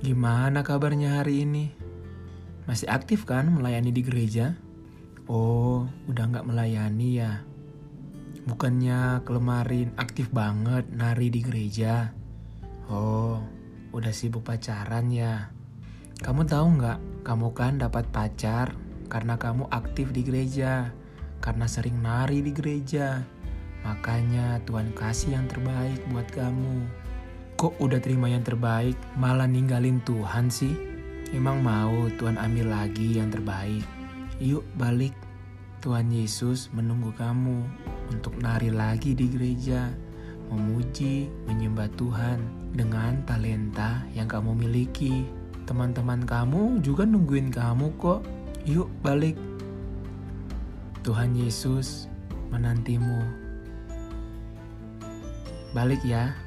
Gimana kabarnya hari ini? Masih aktif kan melayani di gereja? Oh, udah gak melayani ya? Bukannya kemarin aktif banget nari di gereja? Oh, udah sibuk pacaran ya? Kamu tahu gak, kamu kan dapat pacar karena kamu aktif di gereja, karena sering nari di gereja. Makanya Tuhan kasih yang terbaik buat kamu. Kok udah terima yang terbaik, malah ninggalin Tuhan sih? Emang mau Tuhan ambil lagi yang terbaik? Yuk balik. Tuhan Yesus menunggu kamu untuk nari lagi di gereja, memuji, menyembah Tuhan dengan talenta yang kamu miliki. Teman-teman kamu juga nungguin kamu kok. Yuk balik. Tuhan Yesus menantimu. Balik ya.